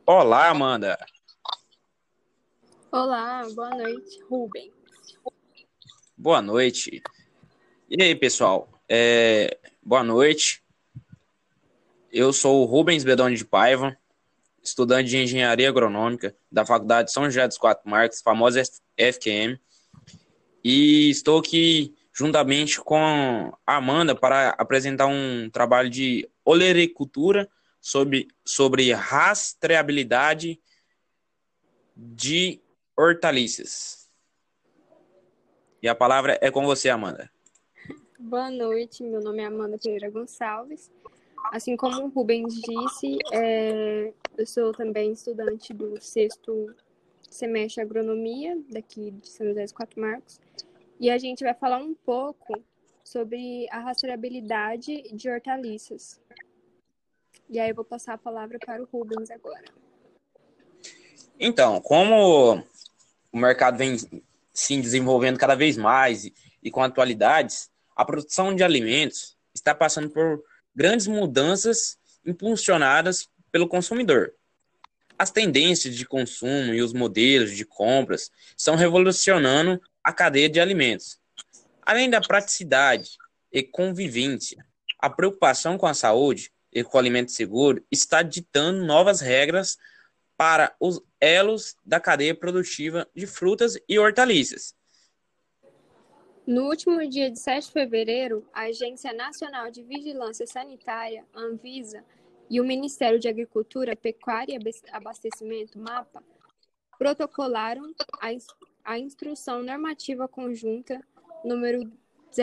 Olá, Amanda. Olá, boa noite, Rubem. Boa noite. E aí, pessoal? Boa noite. Eu sou o Rubens Bedoni de Paiva, estudante de Engenharia Agronômica da Faculdade São José dos Quatro Marcos, famosa FQM, e estou aqui juntamente com a Amanda para apresentar um trabalho de olericultura sobre rastreabilidade de hortaliças. E a palavra é com você, Amanda. Boa noite, meu nome é Amanda Pereira Gonçalves. Assim como o Rubens disse, eu sou também estudante do sexto semestre de agronomia, daqui de São José dos Quatro Marcos, e a gente vai falar um pouco sobre a rastreabilidade de hortaliças. E aí eu vou passar a palavra para o Rubens agora. Então, como o mercado vem se desenvolvendo cada vez mais e com atualidades, a produção de alimentos está passando por grandes mudanças impulsionadas pelo consumidor. As tendências de consumo e os modelos de compras estão revolucionando a cadeia de alimentos. Além da praticidade e convivência, a preocupação com a saúde e com o alimento seguro está ditando novas regras para os elos da cadeia produtiva de frutas e hortaliças. No último dia de 7 de fevereiro, a Agência Nacional de Vigilância Sanitária, Anvisa, e o Ministério de Agricultura, Pecuária e Abastecimento, MAPA, protocolaram a Instrução Normativa Conjunta número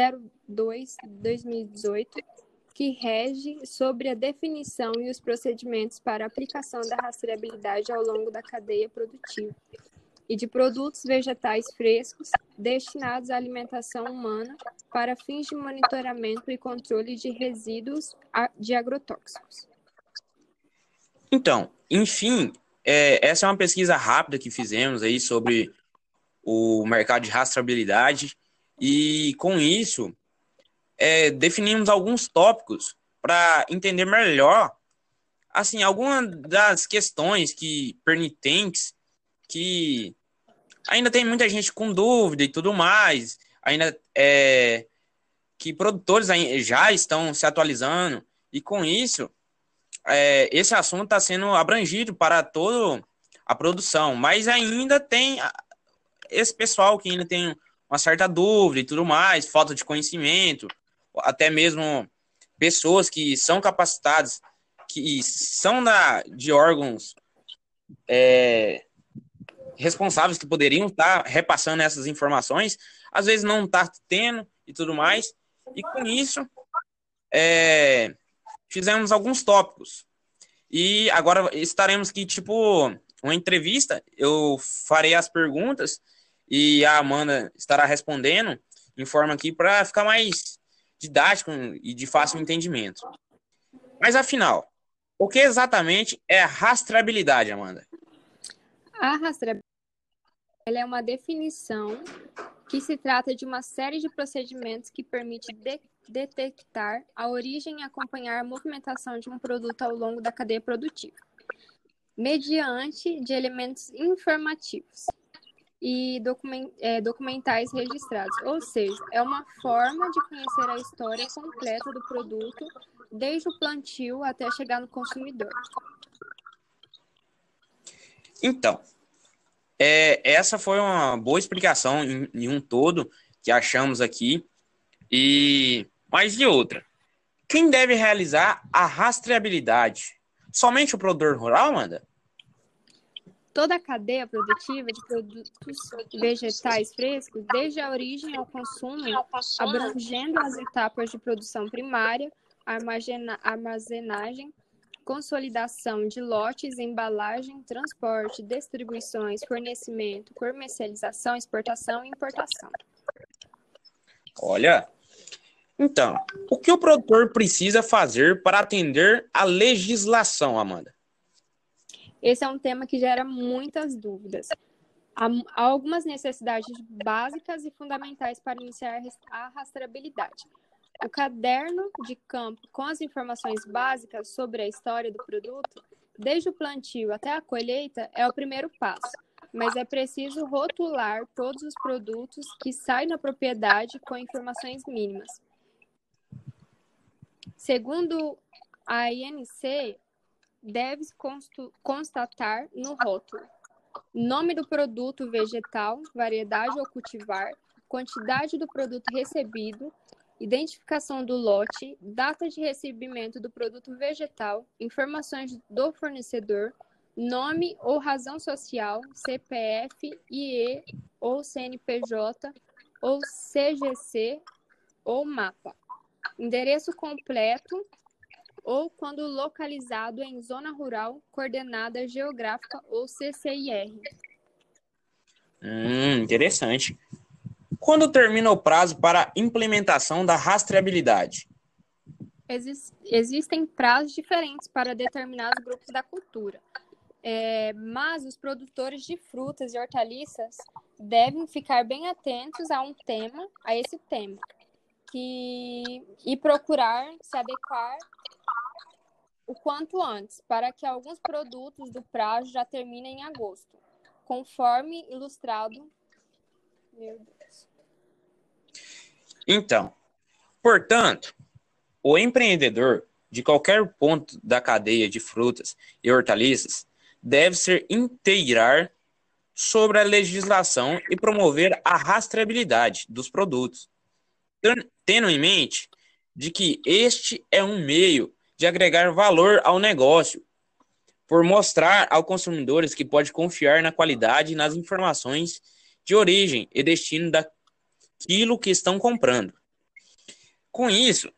02/2018, que rege sobre a definição e os procedimentos para a aplicação da rastreabilidade ao longo da cadeia produtiva e de produtos vegetais frescos destinados à alimentação humana para fins de monitoramento e controle de resíduos de agrotóxicos. Então, enfim, essa é uma pesquisa rápida que fizemos aí sobre o mercado de rastreabilidade e, com isso, definimos alguns tópicos para entender melhor, assim, algumas das questões que pertinentes que ainda tem muita gente com dúvida e tudo mais, ainda que produtores já estão se atualizando e, com isso, esse assunto está sendo abrangido para toda a produção, mas ainda tem esse pessoal que ainda tem uma certa dúvida e tudo mais, falta de conhecimento, até mesmo pessoas que são capacitadas, que são de órgãos responsáveis que poderiam estar repassando essas informações, às vezes não está tendo e tudo mais, e com isso fizemos alguns tópicos. E agora estaremos aqui, tipo, uma entrevista. Eu farei as perguntas e a Amanda estará respondendo em forma aqui para ficar mais didático e de fácil entendimento. Mas afinal, o que exatamente é a rastreabilidade, Amanda? A rastreabilidade é uma definição que se trata de uma série de procedimentos que permite detectar a origem e acompanhar a movimentação de um produto ao longo da cadeia produtiva, mediante de elementos informativos e documentais registrados, ou seja, é uma forma de conhecer a história completa do produto, desde o plantio até chegar no consumidor. Então, essa foi uma boa explicação em um todo que achamos aqui. Mas de outra, quem deve realizar a rastreabilidade? Somente o produtor rural, Amanda? Toda a cadeia produtiva de produtos vegetais frescos, desde a origem ao consumo, abrangendo as etapas de produção primária, armazenagem, consolidação de lotes, embalagem, transporte, distribuições, fornecimento, comercialização, exportação e importação. Olha, então, o que o produtor precisa fazer para atender à legislação, Amanda? Esse é um tema que gera muitas dúvidas. Há algumas necessidades básicas e fundamentais para iniciar a rastreabilidade. O caderno de campo com as informações básicas sobre a história do produto desde o plantio até a colheita é o primeiro passo, mas é preciso rotular todos os produtos que saem da propriedade com informações mínimas. Segundo a INC, deve-se constatar no rótulo nome do produto vegetal, variedade ou cultivar, quantidade do produto recebido, identificação do lote, data de recebimento do produto vegetal, informações do fornecedor, nome ou razão social, CPF, IE ou CNPJ ou CGC ou mapa, endereço completo ou quando localizado em zona rural, coordenada geográfica ou CCIR. Interessante. Quando termina o prazo para implementação da rastreabilidade? Existem prazos diferentes para determinados grupos da cultura, mas os produtores de frutas e hortaliças devem ficar bem atentos a esse tema, e procurar se adequar o quanto antes, para que alguns produtos do prazo já terminem em agosto, conforme ilustrado. Meu Deus. Então, portanto, o empreendedor de qualquer ponto da cadeia de frutas e hortaliças deve se inteirar sobre a legislação e promover a rastreabilidade dos produtos, tendo em mente de que este é um meio de agregar valor ao negócio, por mostrar aos consumidores que pode confiar na qualidade e nas informações de origem e destino daquilo que estão comprando. Com isso,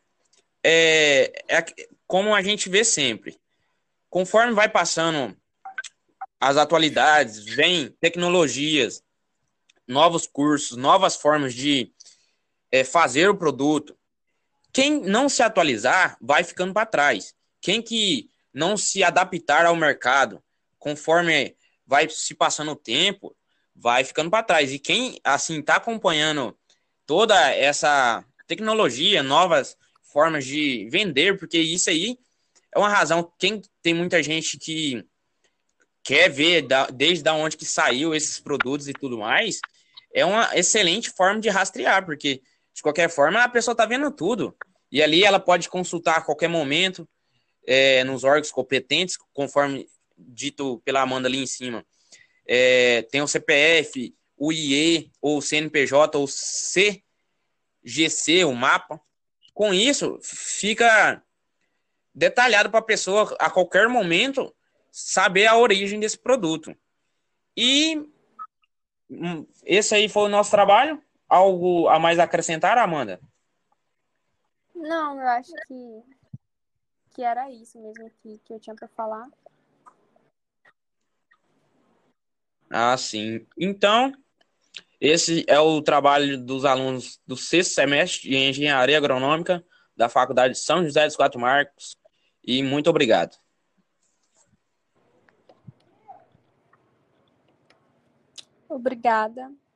como a gente vê sempre, conforme vai passando as atualidades, vem tecnologias, novos cursos, novas formas de fazer o produto. Quem não se atualizar vai ficando para trás. Quem que não se adaptar ao mercado, conforme vai se passando o tempo, vai ficando para trás. E quem assim está acompanhando toda essa tecnologia, novas formas de vender, porque isso aí é uma razão. Quem tem muita gente que quer ver desde onde que saiu esses produtos e tudo mais, é uma excelente forma de rastrear, porque de qualquer forma a pessoa está vendo tudo. E ali ela pode consultar a qualquer momento nos órgãos competentes, conforme dito pela Amanda ali em cima. Tem o CPF, o IE, ou o CNPJ, ou CGC, o mapa. Com isso, fica detalhado para a pessoa, a qualquer momento, saber a origem desse produto. E esse aí foi o nosso trabalho. Algo a mais acrescentar, Amanda? Não, eu acho que era isso mesmo que eu tinha para falar. Ah, sim. Então, esse é o trabalho dos alunos do sexto semestre de Engenharia Agronômica da Faculdade de São José dos Quatro Marcos. E muito obrigado. Obrigada.